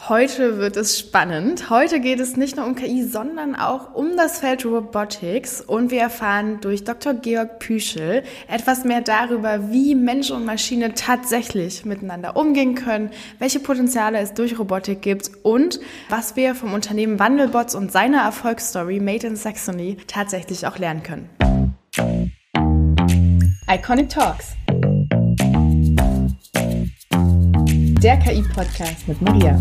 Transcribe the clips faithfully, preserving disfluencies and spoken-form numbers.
Heute wird es spannend. Heute geht es nicht nur um K I, sondern auch um das Feld Robotics. Und wir erfahren durch Doktor Georg Püschel etwas mehr darüber, wie Mensch und Maschine tatsächlich miteinander umgehen können, welche Potenziale es durch Robotik gibt und was wir vom Unternehmen Wandelbots und seiner Erfolgsstory Made in Saxony tatsächlich auch lernen können. Iconic Talks. Der K I-Podcast mit Maria.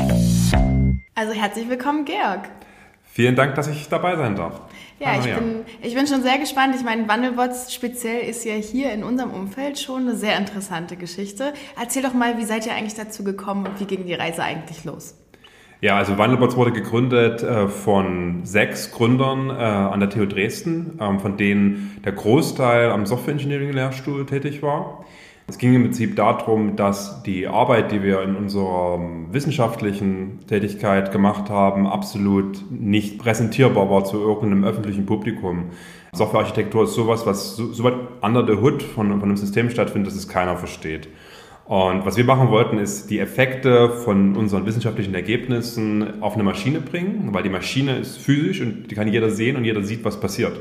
Also herzlich willkommen, Georg. Vielen Dank, dass ich dabei sein darf. Ja, ich bin, ich bin schon sehr gespannt. Ich meine, Wandelbots speziell ist ja hier in unserem Umfeld schon eine sehr interessante Geschichte. Erzähl doch mal, wie seid ihr eigentlich dazu gekommen und wie ging die Reise eigentlich los? Ja, also Wandelbots wurde gegründet äh, von sechs Gründern äh, an der T U Dresden, ähm, von denen der Großteil am Software Engineering Lehrstuhl tätig war. Es ging im Prinzip darum, dass die Arbeit, die wir in unserer wissenschaftlichen Tätigkeit gemacht haben, absolut nicht präsentierbar war zu irgendeinem öffentlichen Publikum. Softwarearchitektur ist sowas, was so, so weit under the hood von, von einem System stattfindet, dass es keiner versteht. Und was wir machen wollten, ist die Effekte von unseren wissenschaftlichen Ergebnissen auf eine Maschine bringen, weil die Maschine ist physisch und die kann jeder sehen und jeder sieht, was passiert.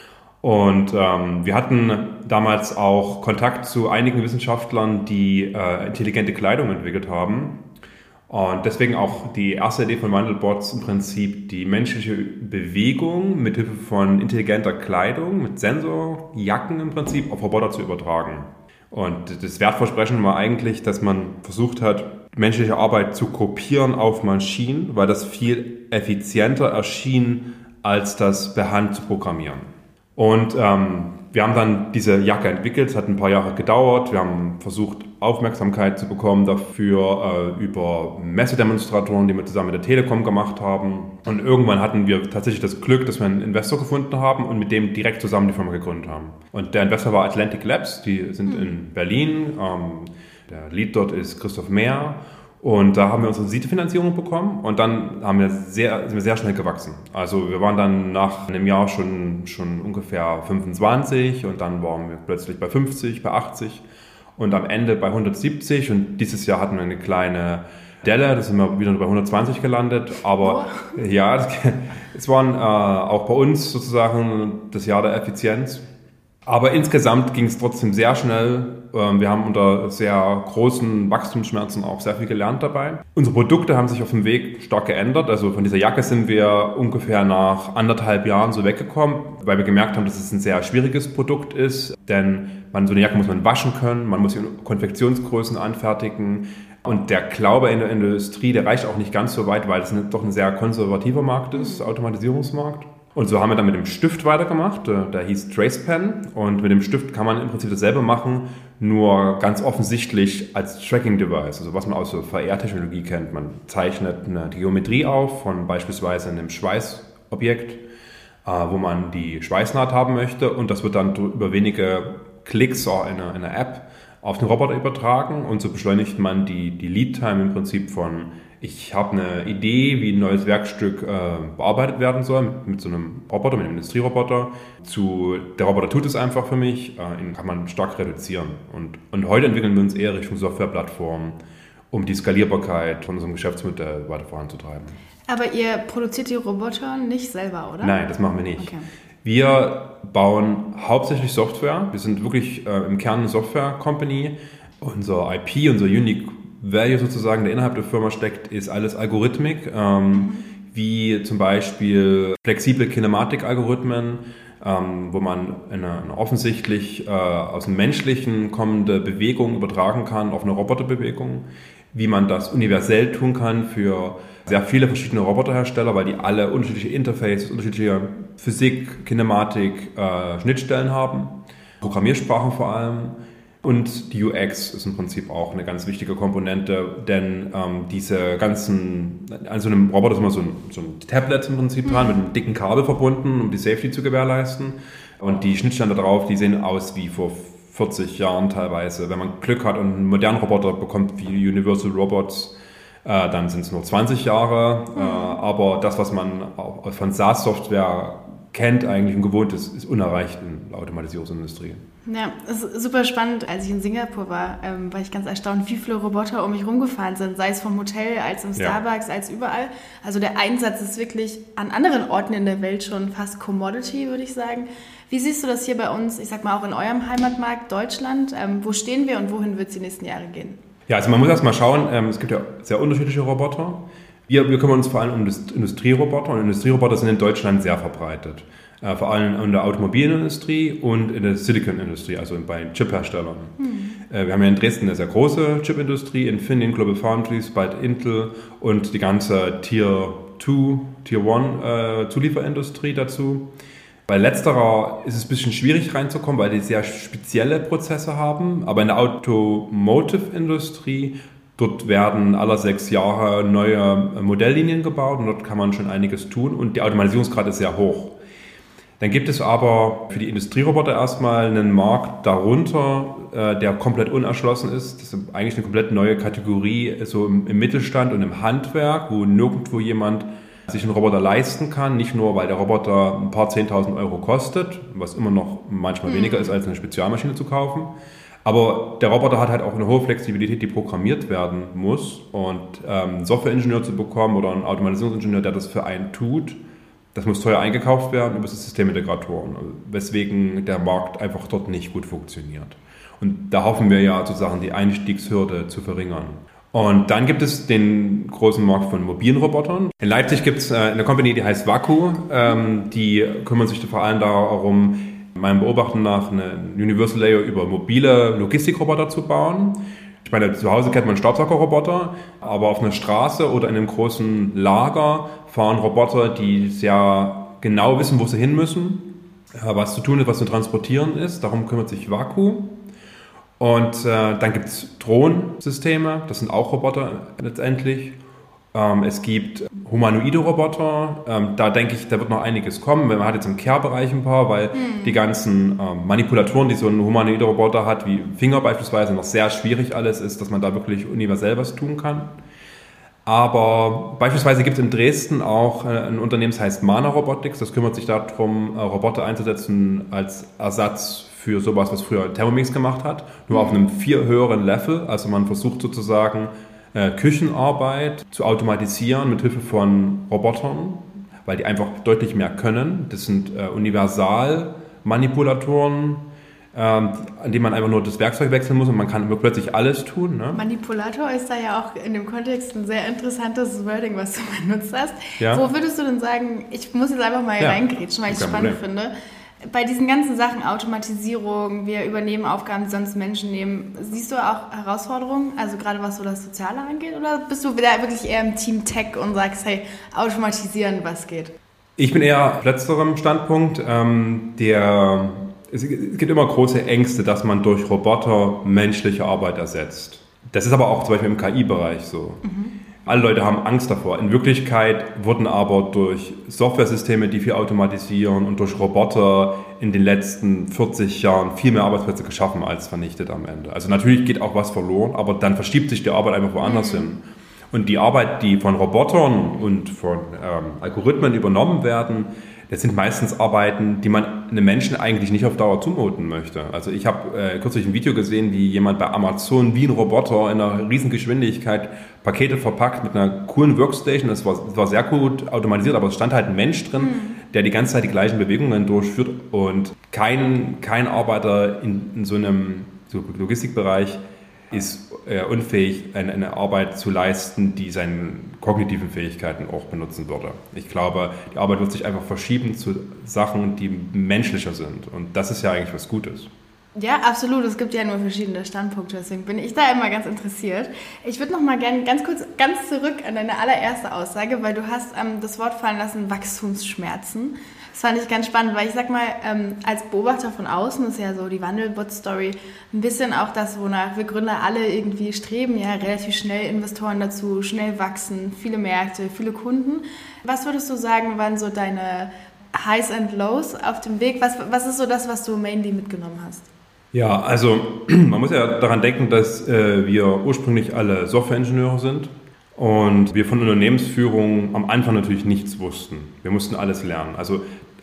Und ähm, wir hatten damals auch Kontakt zu einigen Wissenschaftlern, die äh, intelligente Kleidung entwickelt haben. Und deswegen auch die erste Idee von Wandelbots im Prinzip die menschliche Bewegung mit Hilfe von intelligenter Kleidung, mit Sensorjacken im Prinzip auf Roboter zu übertragen. Und das Wertversprechen war eigentlich, dass man versucht hat, menschliche Arbeit zu kopieren auf Maschinen, weil das viel effizienter erschien, als das per Hand zu programmieren. Und ähm, wir haben dann diese Jacke entwickelt, es hat ein paar Jahre gedauert. Wir haben versucht, Aufmerksamkeit zu bekommen dafür äh, über Messedemonstratoren, die wir zusammen mit der Telekom gemacht haben. Und irgendwann hatten wir tatsächlich das Glück, dass wir einen Investor gefunden haben und mit dem direkt zusammen die Firma gegründet haben. Und der Investor war Atlantic Labs, die sind mhm. in Berlin. Ähm, der Lead dort ist Christoph Mehr. Und da haben wir unsere Seed-Finanzierung bekommen und dann haben wir sehr, sind wir sehr schnell gewachsen. Also wir waren dann nach einem Jahr schon, schon ungefähr fünfundzwanzig und dann waren wir plötzlich bei fünfzig, bei achtzig und am Ende bei hundertsiebzig und dieses Jahr hatten wir eine kleine Delle, da sind wir wieder bei hundertzwanzig gelandet, aber oh. ja, das, es waren äh, auch bei uns sozusagen das Jahr der Effizienz. Aber insgesamt ging es trotzdem sehr schnell. Wir haben unter sehr großen Wachstumsschmerzen auch sehr viel gelernt dabei. Unsere Produkte haben sich auf dem Weg stark geändert. Also von dieser Jacke sind wir ungefähr nach anderthalb Jahren so weggekommen, weil wir gemerkt haben, dass es ein sehr schwieriges Produkt ist. Denn man, so eine Jacke muss man waschen können, man muss sie in Konfektionsgrößen anfertigen. Und der Glaube in der Industrie, der reicht auch nicht ganz so weit, weil es doch ein sehr konservativer Markt ist, Automatisierungsmarkt. Und so haben wir dann mit dem Stift weitergemacht, der hieß TracePen und mit dem Stift kann man im Prinzip dasselbe machen, nur ganz offensichtlich als Tracking-Device, also was man aus der V R-Technologie kennt. Man zeichnet eine Geometrie auf von beispielsweise einem Schweißobjekt, wo man die Schweißnaht haben möchte und das wird dann über wenige Klicks in einer, in einer App auf den Roboter übertragen und so beschleunigt man die, die Lead-Time im Prinzip von ich habe eine Idee, wie ein neues Werkstück äh, bearbeitet werden soll mit, mit so einem Roboter, mit einem Industrieroboter. Zu, der Roboter tut es einfach für mich, äh, ihn kann man stark reduzieren. Und, und heute entwickeln wir uns eher Richtung Softwareplattformen, um die Skalierbarkeit von unserem Geschäftsmodell weiter voranzutreiben. Aber ihr produziert die Roboter nicht selber, oder? Nein, das machen wir nicht. Okay. Wir bauen hauptsächlich Software. Wir sind wirklich äh, im Kern eine Software-Company. Unser I P, unser Unique Value sozusagen, der innerhalb der Firma steckt, ist alles Algorithmik, ähm, mhm. wie zum Beispiel flexible Kinematik-Algorithmen, ähm, wo man eine, eine offensichtlich äh, aus dem Menschlichen kommende Bewegung übertragen kann auf eine Roboterbewegung, wie man das universell tun kann für sehr viele verschiedene Roboterhersteller, weil die alle unterschiedliche Interfaces, unterschiedliche Physik, Kinematik, äh, Schnittstellen haben, Programmiersprachen vor allem. Und die U X ist im Prinzip auch eine ganz wichtige Komponente, denn ähm, diese ganzen, an so einem Roboter ist immer so ein, so ein Tablet im Prinzip dran, mit einem dicken Kabel verbunden, um die Safety zu gewährleisten. Und die Schnittstellen da drauf, die sehen aus wie vor vierzig Jahren teilweise. Wenn man Glück hat und einen modernen Roboter bekommt wie Universal Robots, äh, dann sind es nur zwanzig Jahre. Mhm. Äh, aber das, was man auch von SaaS-Software kennt eigentlich und gewohnt ist, ist unerreicht in der Automatisierungsindustrie. Ja, es ist super spannend. Als ich in Singapur war, ähm, war ich ganz erstaunt, wie viele Roboter um mich rumgefahren sind, sei es vom Hotel, als im Starbucks, ja. als überall. Also der Einsatz ist wirklich an anderen Orten in der Welt schon fast Commodity, würde ich sagen. Wie siehst du das hier bei uns, ich sag mal auch in eurem Heimatmarkt Deutschland? Ähm, wo stehen wir und wohin wird es die nächsten Jahre gehen? Ja, also man muss erst mal schauen, ähm, es gibt ja sehr unterschiedliche Roboter. Wir, wir kümmern uns vor allem um Industrieroboter und Industrieroboter sind in Deutschland sehr verbreitet. Äh, vor allem in der Automobilindustrie und in der Silicon-Industrie, also bei Chip-Herstellern. Hm. Äh, wir haben ja in Dresden eine sehr große Chip-Industrie, Infineon, Global Foundries, bald Intel und die ganze Tier zwei, Tier eins äh, Zulieferindustrie dazu. Bei letzterer ist es ein bisschen schwierig reinzukommen, weil die sehr spezielle Prozesse haben, aber in der Automotive-Industrie dort werden alle sechs Jahre neue Modelllinien gebaut und dort kann man schon einiges tun und der Automatisierungsgrad ist sehr hoch. Dann gibt es aber für die Industrieroboter erstmal einen Markt darunter, äh, der komplett unerschlossen ist. Das ist eigentlich eine komplett neue Kategorie so im, im Mittelstand und im Handwerk, wo nirgendwo jemand sich einen Roboter leisten kann. Nicht nur, weil der Roboter ein paar zehntausend Euro kostet, was immer noch manchmal mhm. weniger ist, als eine Spezialmaschine zu kaufen. Aber der Roboter hat halt auch eine hohe Flexibilität, die programmiert werden muss. Und ähm, einen Softwareingenieur zu bekommen oder einen Automatisierungsingenieur, der das für einen tut, das muss teuer eingekauft werden über das Systemintegratoren, weswegen der Markt einfach dort nicht gut funktioniert. Und da hoffen wir ja sozusagen die Einstiegshürde zu verringern. Und dann gibt es den großen Markt von mobilen Robotern. In Leipzig gibt es eine Company, die heißt Vaku. Die kümmern sich vor allem darum, meinem Beobachten nach einen Universal Layer über mobile Logistikroboter zu bauen. Ich meine, zu Hause kennt man Staubsaugerroboter, aber auf einer Straße oder in einem großen Lager fahren Roboter, die sehr genau wissen, wo sie hin müssen, was zu tun ist, was zu transportieren ist. Darum kümmert sich Vaku. Und äh, dann gibt es Drohnensysteme, das sind auch Roboter letztendlich. Ähm, es gibt humanoide Roboter, ähm, da denke ich, da wird noch einiges kommen. Man hat jetzt im Care-Bereich ein paar, weil mhm. die ganzen ähm, Manipulatoren, die so ein humanoider Roboter hat, wie Finger beispielsweise, noch sehr schwierig alles ist, dass man da wirklich universell was tun kann. Aber beispielsweise gibt es in Dresden auch äh, ein Unternehmen, das heißt Mana Robotics, das kümmert sich darum, äh, Roboter einzusetzen als Ersatz für sowas, was früher Thermomix gemacht hat, nur mhm. auf einem viel höheren Level. Also man versucht sozusagen äh, Küchenarbeit zu automatisieren mit Hilfe von Robotern, weil die einfach deutlich mehr können. Das sind äh, Universalmanipulatoren, ähm, an denen man einfach nur das Werkzeug wechseln muss und man kann plötzlich alles tun. Ne? Manipulator ist da ja auch in dem Kontext ein sehr interessantes Wording, was du benutzt hast. Ja. Wo würdest du denn sagen, ich muss jetzt einfach mal ja. reingrätschen, weil ich es spannend Problem. finde, bei diesen ganzen Sachen, Automatisierung, wir übernehmen Aufgaben, die sonst Menschen nehmen, siehst du auch Herausforderungen, also gerade was so das Soziale angeht, oder bist du wieder wirklich eher im Team Tech und sagst, hey, automatisieren, was geht? Ich bin eher auf letzterem Standpunkt. Ähm, der, es, es gibt immer große Ängste, dass man durch Roboter menschliche Arbeit ersetzt. Das ist aber auch zum Beispiel im K I-Bereich so. Mhm. Alle Leute haben Angst davor. In Wirklichkeit wurden aber durch Softwaresysteme, die viel automatisieren und durch Roboter in den letzten vierzig Jahren viel mehr Arbeitsplätze geschaffen als vernichtet am Ende. Also natürlich geht auch was verloren, aber dann verschiebt sich die Arbeit einfach woanders mhm. hin. Und die Arbeit, die von Robotern und von ähm, Algorithmen übernommen werden, das sind meistens Arbeiten, die man einem Menschen eigentlich nicht auf Dauer zumuten möchte. Also ich habe äh, kürzlich ein Video gesehen, wie jemand bei Amazon wie ein Roboter in einer riesen Geschwindigkeit Pakete verpackt mit einer coolen Workstation. Das war, das war sehr gut automatisiert, aber es stand halt ein Mensch drin, mhm. der die ganze Zeit die gleichen Bewegungen durchführt. Und kein, kein Arbeiter in, in so einem so Logistikbereich ist äh, unfähig, eine, eine Arbeit zu leisten, die seine kognitiven Fähigkeiten auch benutzen würde. Ich glaube, die Arbeit wird sich einfach verschieben zu Sachen, die menschlicher sind. Und das ist ja eigentlich was Gutes. Ja, absolut. Es gibt ja nur verschiedene Standpunkte, deswegen bin ich da immer ganz interessiert. Ich würde noch mal gerne ganz kurz ganz zurück an deine allererste Aussage, weil du hast ähm, das Wort fallen lassen, Wachstumsschmerzen. Das fand ich ganz spannend, weil ich sag mal, ähm, als Beobachter von außen ist ja so die Wandelbot-Story ein bisschen auch das, wonach wir Gründer alle irgendwie streben, ja, relativ schnell Investoren dazu, schnell wachsen, viele Märkte, viele Kunden. Was würdest du sagen, waren so deine Highs and Lows auf dem Weg? Was, was ist so das, was du mainly mitgenommen hast? Ja, also man muss ja daran denken, dass äh, wir ursprünglich alle Softwareingenieure sind und wir von Unternehmensführung am Anfang natürlich nichts wussten. Wir mussten alles lernen. Also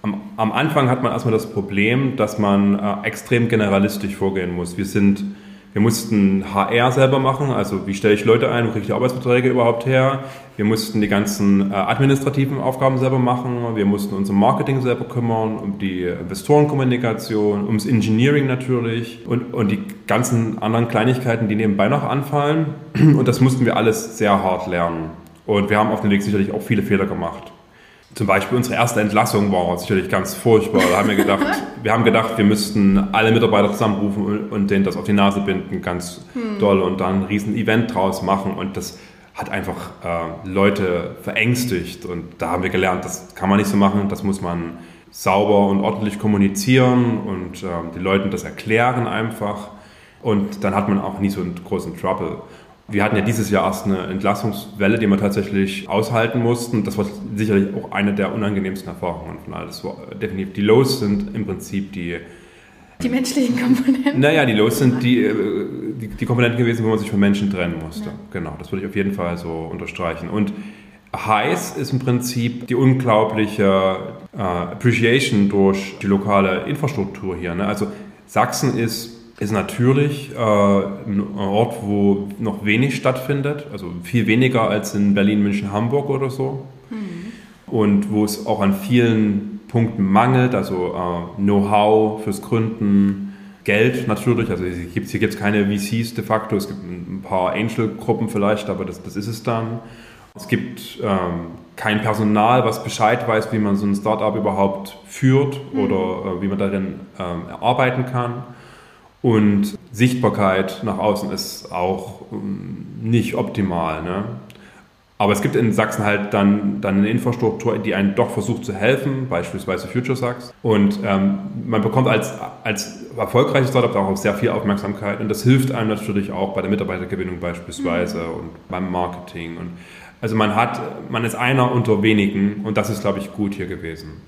Am, am Anfang hat man erstmal das Problem, dass man äh, extrem generalistisch vorgehen muss. Wir sind, wir mussten H R selber machen, also wie stelle ich Leute ein, wo kriege ich die Arbeitsverträge überhaupt her? Wir mussten die ganzen äh, administrativen Aufgaben selber machen, wir mussten uns um Marketing selber kümmern, um die Investorenkommunikation, ums Engineering natürlich und, und die ganzen anderen Kleinigkeiten, die nebenbei noch anfallen. Und das mussten wir alles sehr hart lernen. Und wir haben auf dem Weg sicherlich auch viele Fehler gemacht. Zum Beispiel unsere erste Entlassung war sicherlich ganz furchtbar. Da haben wir gedacht, wir haben gedacht, wir müssten alle Mitarbeiter zusammenrufen und, und denen das auf die Nase binden, ganz hm. doll, und dann ein riesen Event draus machen. Und das hat einfach äh, Leute verängstigt. Und da haben wir gelernt, das kann man nicht so machen, das muss man sauber und ordentlich kommunizieren und äh, die Leuten das erklären einfach. Und dann hat man auch nie so einen großen Trouble. Wir hatten ja dieses Jahr erst eine Entlassungswelle, die wir tatsächlich aushalten mussten. Das war sicherlich auch eine der unangenehmsten Erfahrungen von alles. Definitiv. Die Lows sind im Prinzip die... Die menschlichen Komponenten? Naja, die Lows sind die, die, die Komponenten gewesen, wo man sich von Menschen trennen musste. Ja. Genau, das würde ich auf jeden Fall so unterstreichen. Und Highs ist im Prinzip die unglaubliche äh, Appreciation durch die lokale Infrastruktur hier. Ne? Also Sachsen ist... ist natürlich äh, ein Ort, wo noch wenig stattfindet, also viel weniger als in Berlin, München, Hamburg oder so. Mhm. Und wo es auch an vielen Punkten mangelt, also äh, Know-how fürs Gründen, Geld natürlich, also hier gibt es keine V Cs de facto, es gibt ein paar Angel-Gruppen vielleicht, aber das, das ist es dann. Es gibt ähm, kein Personal, was Bescheid weiß, wie man so ein Startup überhaupt führt mhm. oder äh, wie man darin ähm, arbeiten kann. Und Sichtbarkeit nach außen ist auch nicht optimal. Ne? Aber es gibt in Sachsen halt dann, dann eine Infrastruktur, die einen doch versucht zu helfen, beispielsweise Future Sachs. Und ähm, man bekommt als, als erfolgreiches Startup auch sehr viel Aufmerksamkeit. Und das hilft einem natürlich auch bei der Mitarbeitergewinnung beispielsweise mhm. und beim Marketing. Und also man hat, man ist einer unter wenigen und das ist, glaube ich, gut hier gewesen.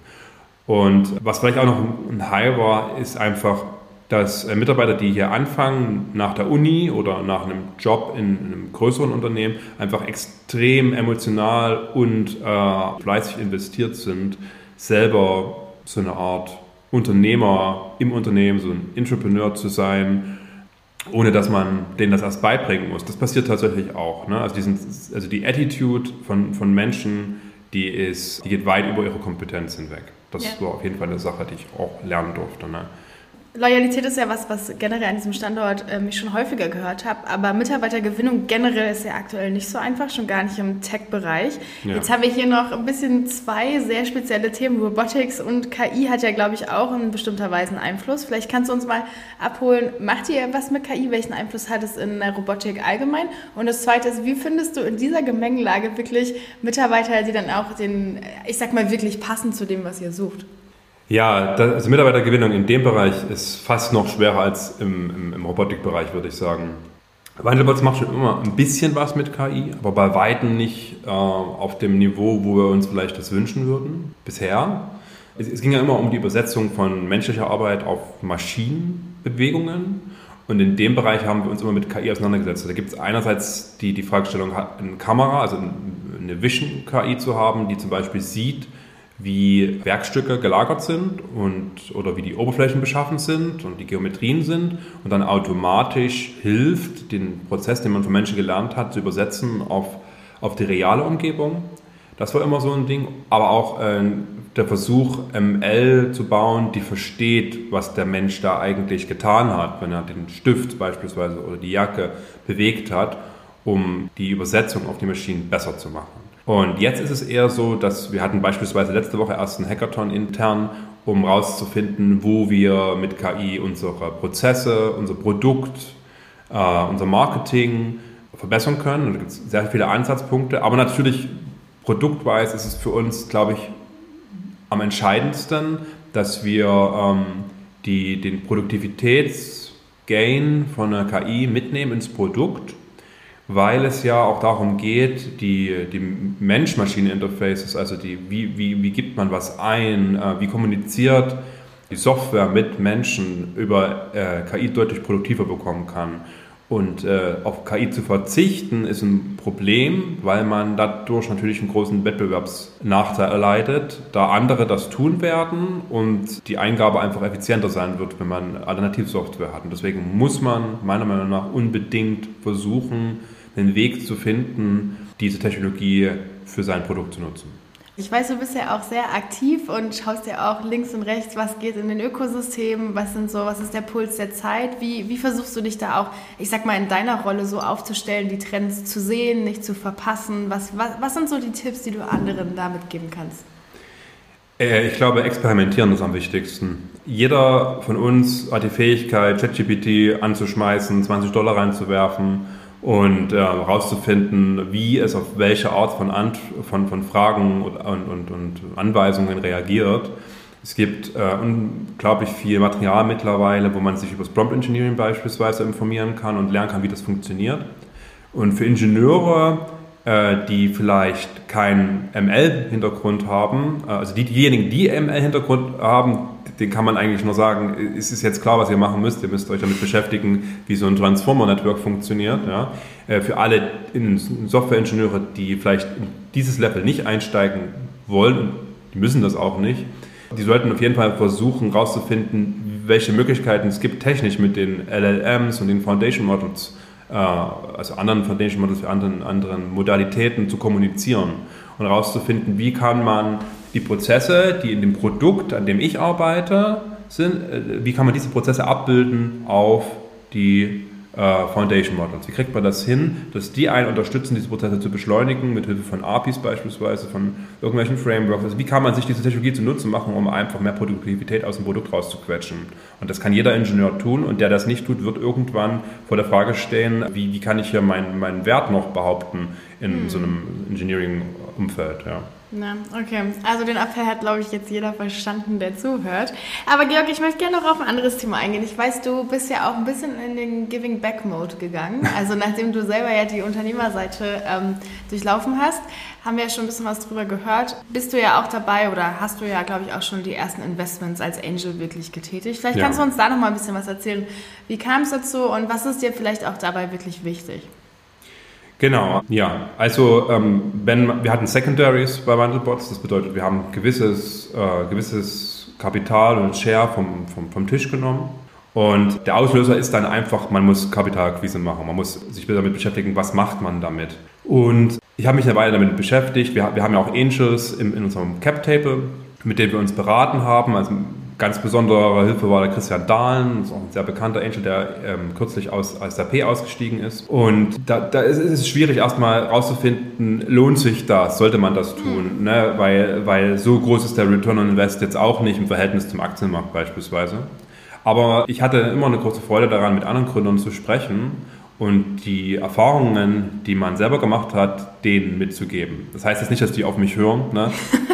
Und was vielleicht auch noch ein High war, ist einfach, dass Mitarbeiter, die hier anfangen, nach der Uni oder nach einem Job in einem größeren Unternehmen, einfach extrem emotional und äh, fleißig investiert sind, selber so eine Art Unternehmer im Unternehmen, so ein Entrepreneur zu sein, ohne dass man denen das erst beibringen muss. Das passiert tatsächlich auch. Ne? Also, die sind, also die Attitude von, von Menschen, die, ist, die geht weit über ihre Kompetenz hinweg. Das ja. war auf jeden Fall eine Sache, die ich auch lernen durfte. Ne? Loyalität ist ja was, was generell an diesem Standort ähm, ich schon häufiger gehört habe, aber Mitarbeitergewinnung generell ist ja aktuell nicht so einfach, schon gar nicht im Tech-Bereich. Ja. Jetzt haben wir hier noch ein bisschen zwei sehr spezielle Themen. Robotics und K I hat ja, glaube ich, auch in bestimmter Weise einen Einfluss. Vielleicht kannst du uns mal abholen, macht ihr was mit K I? Welchen Einfluss hat es in der Robotik allgemein? Und das Zweite ist, wie findest du in dieser Gemengelage wirklich Mitarbeiter, die dann auch den, ich sag mal, wirklich passen zu dem, was ihr sucht? Ja, das, also Mitarbeitergewinnung in dem Bereich ist fast noch schwerer als im, im, im Robotikbereich, würde ich sagen. Wandelbots macht schon immer ein bisschen was mit K I, aber bei weitem nicht äh, auf dem Niveau, wo wir uns vielleicht das wünschen würden, bisher. Es, es ging ja immer um die Übersetzung von menschlicher Arbeit auf Maschinenbewegungen. Und in dem Bereich haben wir uns immer mit K I auseinandergesetzt. Da gibt es einerseits die, die Fragestellung, eine Kamera, also eine Vision-K I zu haben, die zum Beispiel sieht, wie Werkstücke gelagert sind und, oder wie die Oberflächen beschaffen sind und die Geometrien sind und dann automatisch hilft, den Prozess, den man von Menschen gelernt hat, zu übersetzen auf, auf die reale Umgebung. Das war immer so ein Ding. Aber auch äh, der Versuch, M L zu bauen, die versteht, was der Mensch da eigentlich getan hat, wenn er den Stift beispielsweise oder die Jacke bewegt hat, um die Übersetzung auf die Maschinen besser zu machen. Und jetzt ist es eher so, dass wir hatten beispielsweise letzte Woche erst einen Hackathon intern, um herauszufinden, wo wir mit K I unsere Prozesse, unser Produkt, äh, unser Marketing verbessern können. Und da gibt es sehr viele Ansatzpunkte. Aber natürlich, produktweise ist es für uns, glaube ich, am entscheidendsten, dass wir ähm, die, den Produktivitätsgain von einer K I mitnehmen ins Produkt, weil es ja auch darum geht, die, die Mensch-Maschine-Interfaces, also die, wie, wie, wie gibt man was ein, äh, wie kommuniziert die Software mit Menschen über äh, K I deutlich produktiver bekommen kann. Und äh, auf K I zu verzichten ist ein Problem, weil man dadurch natürlich einen großen Wettbewerbsnachteil erleidet, da andere das tun werden und die Eingabe einfach effizienter sein wird, wenn man Alternativsoftware hat. Und deswegen muss man meiner Meinung nach unbedingt versuchen, einen Weg zu finden, diese Technologie für sein Produkt zu nutzen. Ich weiß, du bist ja auch sehr aktiv und schaust ja auch links und rechts, was geht in den Ökosystemen, was sind so, was ist der Puls der Zeit, wie, wie versuchst du dich da auch, ich sag mal, in deiner Rolle so aufzustellen, die Trends zu sehen, nicht zu verpassen, was, was, was sind so die Tipps, die du anderen da mitgeben kannst? Äh, ich glaube, experimentieren ist am wichtigsten. Jeder von uns hat die Fähigkeit, ChatGPT anzuschmeißen, zwanzig Dollar reinzuwerfen, und herauszufinden, äh, wie es auf welche Art von, Ant- von, von Fragen und, und, und Anweisungen reagiert. Es gibt äh, unglaublich viel Material mittlerweile, wo man sich über das Prompt Engineering beispielsweise informieren kann und lernen kann, wie das funktioniert. Und für Ingenieure, äh, die vielleicht keinen M L-Hintergrund haben, äh, also die, diejenigen, die M L-Hintergrund haben, den kann man eigentlich nur sagen, es ist jetzt klar, was ihr machen müsst. Ihr müsst euch damit beschäftigen, wie so ein Transformer-Network funktioniert. Ja. Für alle Software-Ingenieure, die vielleicht in dieses Level nicht einsteigen wollen, und die müssen das auch nicht, die sollten auf jeden Fall versuchen, herauszufinden, welche Möglichkeiten es gibt, technisch mit den L L Ms und den Foundation Models, also anderen Foundation Models für anderen, anderen Modalitäten zu kommunizieren und herauszufinden, wie kann man die Prozesse, die in dem Produkt, an dem ich arbeite, sind, wie kann man diese Prozesse abbilden auf die äh, Foundation Models? Wie kriegt man das hin, dass die einen unterstützen, diese Prozesse zu beschleunigen, mit Hilfe von A P Is beispielsweise, von irgendwelchen Frameworks? Also wie kann man sich diese Technologie zunutze machen, um einfach mehr Produktivität aus dem Produkt rauszuquetschen? Und das kann jeder Ingenieur tun, und der das nicht tut, wird irgendwann vor der Frage stehen, wie, wie kann ich hier meinen, meinen Wert noch behaupten in mhm. so einem Engineering-Umfeld, ja. Na, okay. Also den Appell hat, glaube ich, jetzt jeder verstanden, der zuhört. Aber Georg, ich möchte gerne noch auf ein anderes Thema eingehen. Ich weiß, du bist ja auch ein bisschen in den Giving-Back-Mode gegangen. Also nachdem du selber ja die Unternehmerseite ähm, durchlaufen hast, haben wir ja schon ein bisschen was drüber gehört. Bist du ja auch dabei oder hast du ja, glaube ich, auch schon die ersten Investments als Angel wirklich getätigt. Vielleicht ja. kannst du uns da noch mal ein bisschen was erzählen. Wie kam es dazu und was ist dir vielleicht auch dabei wirklich wichtig? Genau, ja. Also ähm, wenn, wir hatten Secondaries bei Wandelbots, das bedeutet, wir haben gewisses, äh, gewisses Kapital und Share vom, vom, vom Tisch genommen. Und der Auslöser ist dann einfach, man muss Kapitalakquise machen, man muss sich damit beschäftigen, was macht man damit. Und ich habe mich eine Weile damit beschäftigt, wir, wir haben ja auch Angels in, in unserem Cap-Table, mit denen wir uns beraten haben. Also ganz besondere Hilfe war der Christian Dahlen, das ist auch ein sehr bekannter Angel, der ähm, kürzlich aus S A P ausgestiegen ist. Und da, da ist, ist es schwierig, erstmal rauszufinden, lohnt sich das, sollte man das tun, ne? weil, weil so groß ist der Return on Invest jetzt auch nicht im Verhältnis zum Aktienmarkt beispielsweise. Aber ich hatte immer eine große Freude daran, mit anderen Gründern zu sprechen und die Erfahrungen, die man selber gemacht hat, denen mitzugeben. Das heißt jetzt nicht, dass die auf mich hören. Ne?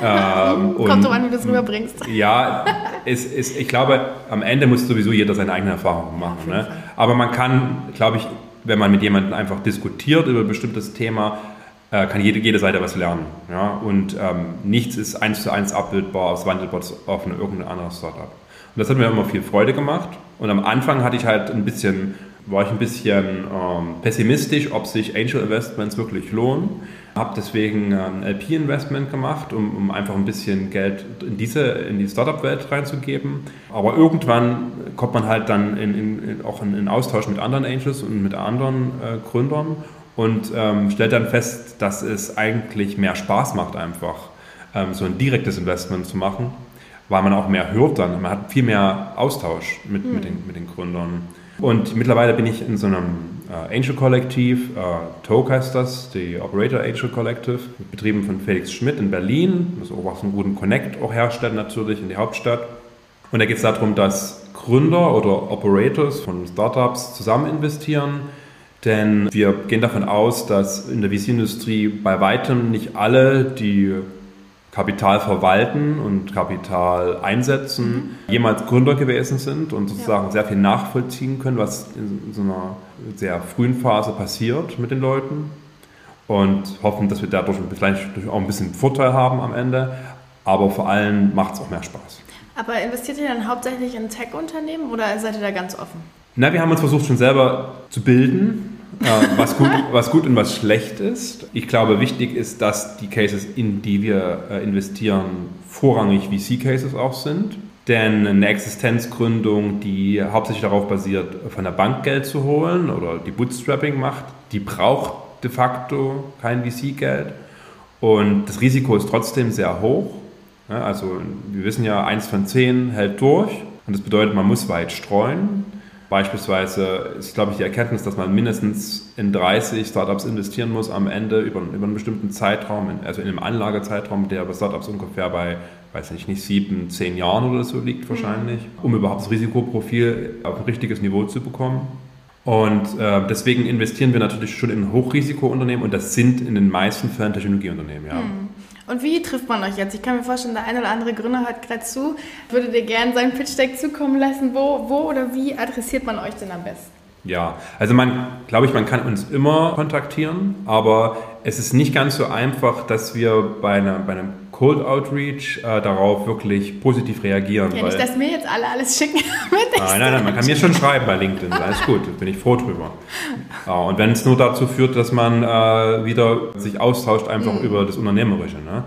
ähm, Kommt doch an, wie du es rüberbringst. Ja, es, es, ich glaube, am Ende muss sowieso jeder seine eigenen Erfahrungen machen. Ja, ne? Aber man kann, glaube ich, wenn man mit jemandem einfach diskutiert über ein bestimmtes Thema, äh, kann jede, jede Seite was lernen. Ja? Und ähm, nichts ist eins zu eins abbildbar aus Wandelbots auf eine, irgendein anderes Startup. Und das hat mir immer viel Freude gemacht. Und am Anfang hatte ich halt ein bisschen... war ich ein bisschen ähm, pessimistisch, ob sich Angel Investments wirklich lohnen. Habe deswegen ein L P-Investment gemacht, um, um einfach ein bisschen Geld in diese in die Startup-Welt reinzugeben. Aber irgendwann kommt man halt dann in, in, auch in, in Austausch mit anderen Angels und mit anderen äh, Gründern und ähm, stellt dann fest, dass es eigentlich mehr Spaß macht, einfach ähm, so ein direktes Investment zu machen, weil man auch mehr hört dann. Man hat viel mehr Austausch mit, hm. mit, den, mit den Gründern. Und mittlerweile bin ich in so einem äh, Angel-Kollektiv, äh, T O C heißt das, die Operator Angel Collective, betrieben von Felix Schmidt in Berlin, das auch einen guten Connect auch herstellt natürlich in die Hauptstadt. Und da geht es darum, dass Gründer oder Operators von Startups zusammen investieren, denn wir gehen davon aus, dass in der V C-Industrie bei weitem nicht alle, die Kapital verwalten und Kapital einsetzen, mhm. jemals Gründer gewesen sind und sozusagen ja. sehr viel nachvollziehen können, was in so einer sehr frühen Phase passiert mit den Leuten und hoffen, dass wir dadurch vielleicht auch ein bisschen Vorteil haben am Ende, aber vor allem macht es auch mehr Spaß. Aber investiert ihr dann hauptsächlich in Tech-Unternehmen oder seid ihr da ganz offen? Na, wir haben uns versucht, schon selber zu bilden, äh, was, gut, was gut und was schlecht ist. Ich glaube, wichtig ist, dass die Cases, in die wir äh, investieren, vorrangig V C-Cases auch sind. Denn eine Existenzgründung, die hauptsächlich darauf basiert, von der Bank Geld zu holen oder die Bootstrapping macht, die braucht de facto kein V C-Geld. Und das Risiko ist trotzdem sehr hoch. Ja, also wir wissen ja, eins von zehn hält durch. Und das bedeutet, man muss weit streuen. Beispielsweise ist, glaube ich, die Erkenntnis, dass man mindestens in dreißig Startups investieren muss am Ende über, über einen bestimmten Zeitraum, also in einem Anlagezeitraum, der bei Startups ungefähr bei, weiß nicht, nicht sieben, zehn Jahren oder so liegt wahrscheinlich, um überhaupt das Risikoprofil auf ein richtiges Niveau zu bekommen. Und äh, deswegen investieren wir natürlich schon in Hochrisikounternehmen und das sind in den meisten Fällen Technologieunternehmen, ja. Hm. Und wie trifft man euch jetzt? Ich kann mir vorstellen, der eine oder andere Gründer hört gerade zu. Würde dir gerne seinen Pitch-Deck zukommen lassen? Wo, wo oder wie adressiert man euch denn am besten? Ja, also man, glaube ich, man kann uns immer kontaktieren, aber es ist nicht ganz so einfach, dass wir bei, einer, bei einem Cold Outreach äh, darauf wirklich positiv reagieren. Ja, weil, nicht, dass mir jetzt alle alles schicken. nein, nein, nein, man kann mir schon schreiben bei LinkedIn, alles gut, da bin ich froh drüber. Ja, und wenn es nur dazu führt, dass man äh, wieder sich austauscht, einfach mhm. über das Unternehmerische. Ne?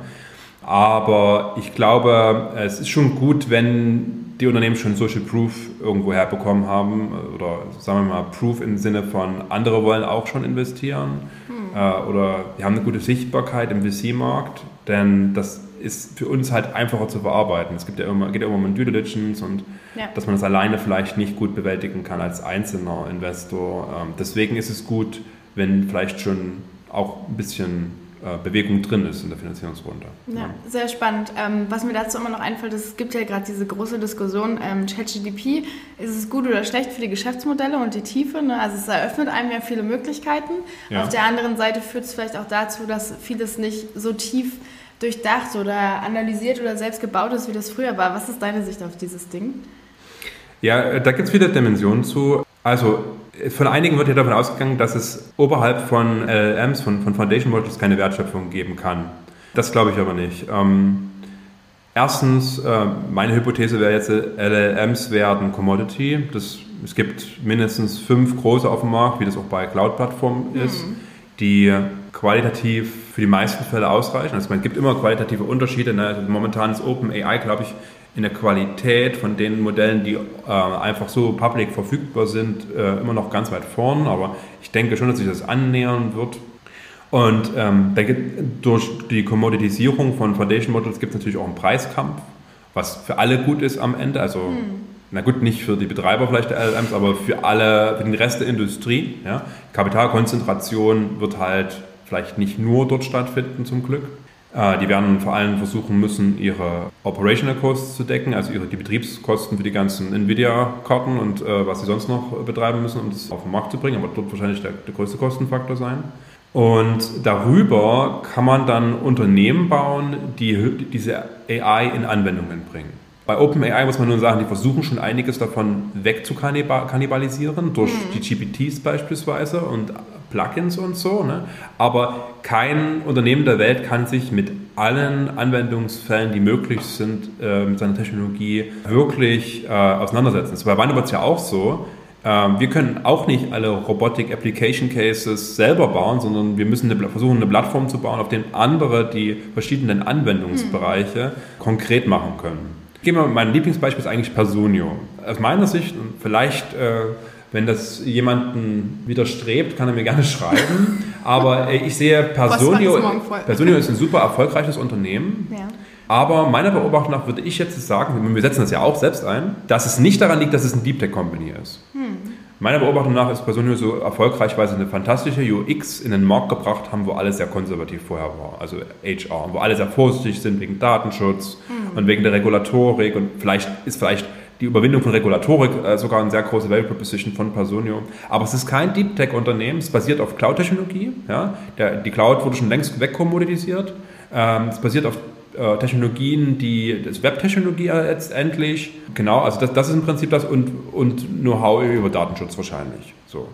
Aber ich glaube, es ist schon gut, wenn die Unternehmen schon Social Proof irgendwo herbekommen haben oder sagen wir mal Proof im Sinne von andere wollen auch schon investieren hm. äh, oder wir haben eine gute Sichtbarkeit im V C-Markt, denn das ist für uns halt einfacher zu verarbeiten. Es gibt ja immer, geht ja immer um Due Diligence und ja. dass man das alleine vielleicht nicht gut bewältigen kann als einzelner Investor. Ähm, deswegen ist es gut, wenn vielleicht schon auch ein bisschen Bewegung drin ist in der Finanzierungsrunde. Ja, ja. Sehr spannend. Ähm, was mir dazu immer noch einfällt, ist, es gibt ja gerade diese große Diskussion, ähm, ChatGPT, ist es gut oder schlecht für die Geschäftsmodelle und die Tiefe? Ne? Also es eröffnet einem ja viele Möglichkeiten. Ja. Auf der anderen Seite führt es vielleicht auch dazu, dass vieles nicht so tief durchdacht oder analysiert oder selbst gebaut ist, wie das früher war. Was ist deine Sicht auf dieses Ding? Ja, da gibt es viele Dimensionen zu. Also von einigen wird ja davon ausgegangen, dass es oberhalb von L L Ms, von, von Foundation Models keine Wertschöpfung geben kann. Das glaube ich aber nicht. Ähm, erstens, äh, meine Hypothese wäre jetzt, L L Ms werden Commodity. Das, es gibt mindestens fünf große auf dem Markt, wie das auch bei Cloud-Plattformen mhm. ist, die qualitativ für die meisten Fälle ausreichen. Also man gibt immer qualitative Unterschiede. Ne? Also momentan ist OpenAI, glaube ich, in der Qualität von den Modellen, die äh, einfach so public verfügbar sind, äh, immer noch ganz weit vorn. Aber ich denke schon, dass sich das annähern wird. Und ähm, da gibt, durch die Commoditisierung von Foundation Models gibt es natürlich auch einen Preiskampf, was für alle gut ist am Ende. Also, hm. na gut, nicht für die Betreiber vielleicht der L L Ms, aber für alle, für den Rest der Industrie. Ja? Kapitalkonzentration wird halt vielleicht nicht nur dort stattfinden, zum Glück. Die werden vor allem versuchen müssen, ihre Operational Costs zu decken, also ihre, die Betriebskosten für die ganzen Nvidia-Karten und äh, was sie sonst noch betreiben müssen, um das auf den Markt zu bringen, aber dort wahrscheinlich der, der größte Kostenfaktor sein. Und darüber kann man dann Unternehmen bauen, die diese A I in Anwendungen bringen. Bei OpenAI muss man nur sagen, die versuchen schon einiges davon wegzukannibalisieren, durch mhm. die G P Ts beispielsweise und Plugins und so. Ne? Aber kein Unternehmen der Welt kann sich mit allen Anwendungsfällen, die möglich sind, äh, mit seiner Technologie wirklich äh, auseinandersetzen. Das ist bei Wanderbots ja auch so. Ähm, wir können auch nicht alle Robotic Application Cases selber bauen, sondern wir müssen eine, versuchen, eine Plattform zu bauen, auf der andere die verschiedenen Anwendungsbereiche mhm. konkret machen können. Gehen wir, mein Lieblingsbeispiel ist eigentlich Personio. Aus meiner Sicht, und vielleicht, äh, wenn das jemanden widerstrebt, kann er mir gerne schreiben, aber äh, ich sehe, Personio, Personio ist ein super erfolgreiches Unternehmen, ja. aber meiner Beobachtung nach würde ich jetzt sagen, wir setzen das ja auch selbst ein, dass es nicht daran liegt, dass es eine Deep Tech Company ist. Hm. Meiner Beobachtung nach ist Personio so erfolgreich, weil sie eine fantastische U X in den Markt gebracht haben, wo alles sehr konservativ vorher war, also H R, wo alle sehr vorsichtig sind wegen Datenschutz mhm. und wegen der Regulatorik und vielleicht ist vielleicht die Überwindung von Regulatorik äh, sogar eine sehr große Value Proposition von Personio. Aber es ist kein Deep Tech Unternehmen, es basiert auf Cloud-Technologie, ja? Der, die Cloud wurde schon längst wegkommoditisiert, ähm, es basiert auf Technologien, die das Web-Technologie letztendlich, genau, also das, das ist im Prinzip das und, und Know-how über Datenschutz wahrscheinlich. So.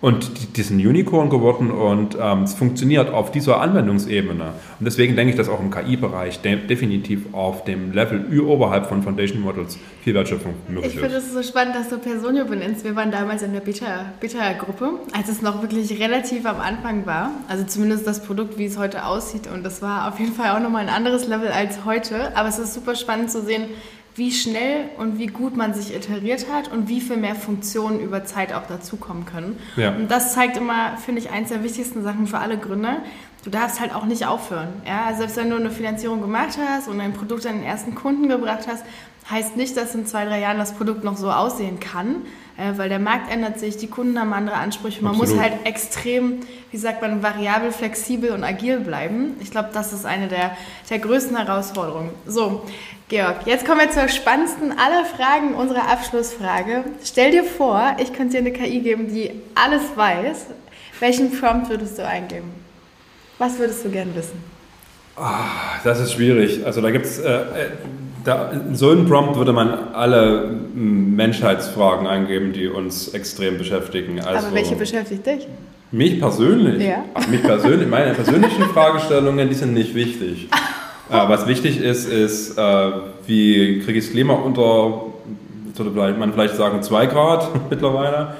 Und die, die sind Unicorn geworden und ähm, es funktioniert auf dieser Anwendungsebene. Und deswegen denke ich, dass auch im K I-Bereich de- definitiv auf dem Level oberhalb von Foundation Models viel Wertschöpfung möglich ist. Ich finde es so spannend, dass du Personio benennst. Wir waren damals in der Beta, Beta-Gruppe, als es noch wirklich relativ am Anfang war. Also zumindest das Produkt, wie es heute aussieht. Und das war auf jeden Fall auch nochmal ein anderes Level als heute. Aber es ist super spannend zu sehen, wie schnell und wie gut man sich iteriert hat und wie viel mehr Funktionen über Zeit auch dazukommen können. Ja. Und das zeigt immer, finde ich, eins der wichtigsten Sachen für alle Gründer. Du darfst halt auch nicht aufhören. Ja? Also selbst wenn du eine Finanzierung gemacht hast und ein Produkt an den ersten Kunden gebracht hast, heißt nicht, dass in zwei, drei Jahren das Produkt noch so aussehen kann, äh, weil der Markt ändert sich, die Kunden haben andere Ansprüche. Man Absolut. muss halt extrem, wie sagt man, variabel, flexibel und agil bleiben. Ich glaube, das ist eine der, der größten Herausforderungen. So, Georg, jetzt kommen wir zur spannendsten aller Fragen, unserer Abschlussfrage. Stell dir vor, ich könnte dir eine K I geben, die alles weiß. Welchen Prompt würdest du eingeben? Was würdest du gerne wissen? Oh, das ist schwierig. Also da gibt es, äh, da, in so einem Prompt würde man alle Menschheitsfragen eingeben, die uns extrem beschäftigen. Also, aber welche beschäftigt dich? Mich persönlich? Ja. Ach, mich persönlich? Meine persönlichen Fragestellungen, die sind nicht wichtig. Äh, was wichtig ist, ist, äh, wie kriege ich das Klima unter, sollte man vielleicht sagen, zwei Grad mittlerweile?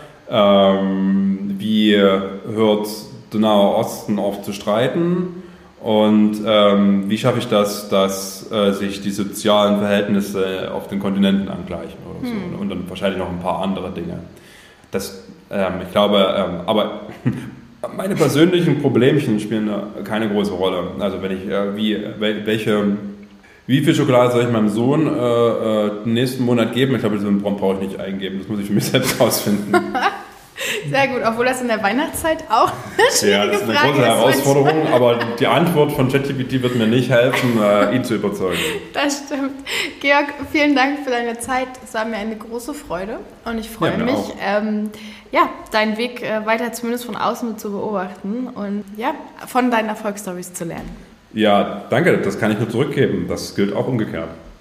Ähm, wie hört der Nahe Osten auf zu streiten? Und ähm, wie schaffe ich das, dass äh, sich die sozialen Verhältnisse auf den Kontinenten angleichen oder so? Hm. Und dann wahrscheinlich noch ein paar andere Dinge. Das, ähm, ich glaube, ähm, aber meine persönlichen Problemchen spielen keine große Rolle. Also wenn ich, äh, wie, welche, wie viel Schokolade soll ich meinem Sohn äh, äh, den nächsten Monat geben? Ich glaube, so einen Prompt brauche ich nicht eingeben. Das muss ich für mich selbst rausfinden. Sehr gut, obwohl das in der Weihnachtszeit auch eine schwierige Ja, das ist eine Frage große Herausforderung, aber die Antwort von ChatGPT wird mir nicht helfen, äh, ihn zu überzeugen. Das stimmt. Georg, vielen Dank für deine Zeit. Es war mir eine große Freude und ich freue ja, mich, ähm, ja, deinen Weg äh, weiter zumindest von außen zu beobachten und ja, von deinen Erfolgsstories zu lernen. Ja, danke, das kann ich nur zurückgeben. Das gilt auch umgekehrt.